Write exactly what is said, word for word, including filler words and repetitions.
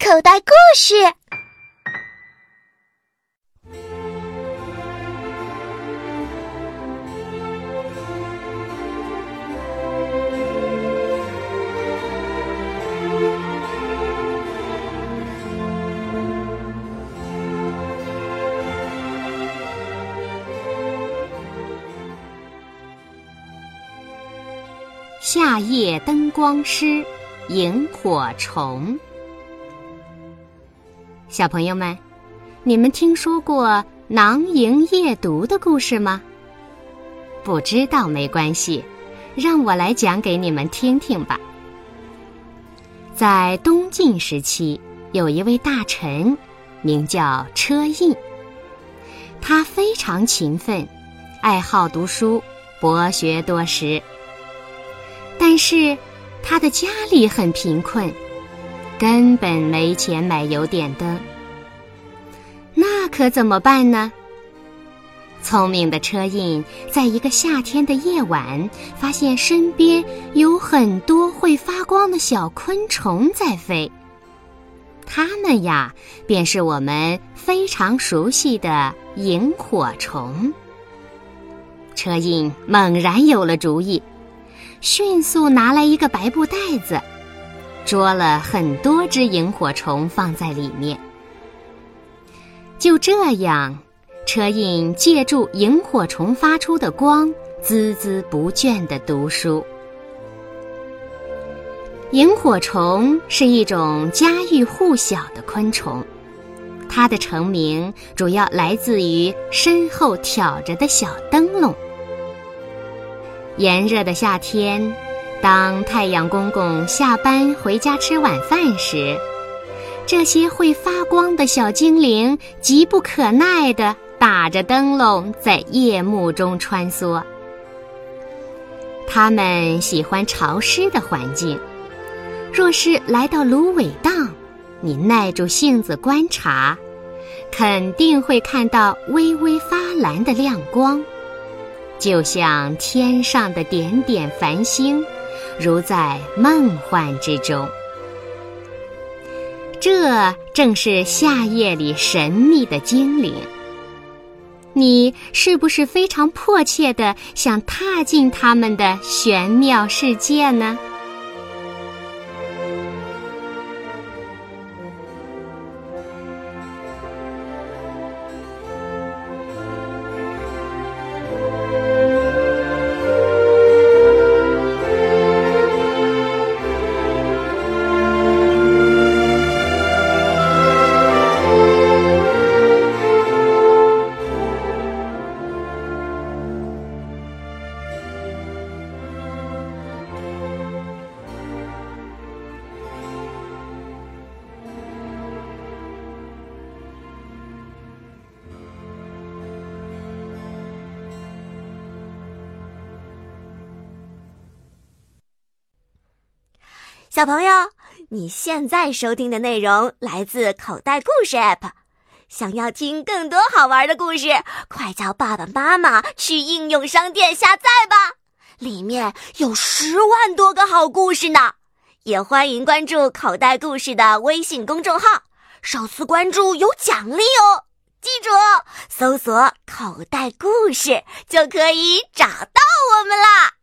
口袋故事。 夏夜灯光师，萤火虫。小朋友们，你们听说过囊萤夜读的故事吗？不知道没关系，让我来讲给你们听听吧。在东晋时期，有一位大臣，名叫车胤。他非常勤奋，爱好读书，博学多识。但是他的家里很贫困，根本没钱买油点灯。那可怎么办呢？聪明的车胤在一个夏天的夜晚，发现身边有很多会发光的小昆虫在飞。它们呀，便是我们非常熟悉的萤火虫。车胤猛然有了主意，迅速拿来一个白布袋子，捉了很多只萤火虫放在里面。就这样，车胤借助萤火虫发出的光，孜孜不倦地读书。萤火虫是一种家喻户晓的昆虫，它的成名主要来自于身后挑着的小灯笼。炎热的夏天，当太阳公公下班回家吃晚饭时，这些会发光的小精灵急不可耐地打着灯笼在夜幕中穿梭。它们喜欢潮湿的环境，若是来到芦苇荡，你耐住性子观察，肯定会看到微微发蓝的亮光，就像天上的点点繁星，如在梦幻之中。这正是夏夜里神秘的精灵。你是不是非常迫切地想踏进他们的玄妙世界呢？ 小朋友，你现在收听的内容来自口袋故事 A P P。 想要听更多好玩的故事，快叫爸爸妈妈去应用商店下载吧，里面有十万多个好故事呢。也欢迎关注口袋故事的微信公众号，首次关注有奖励哦。记住，搜索口袋故事就可以找到我们啦。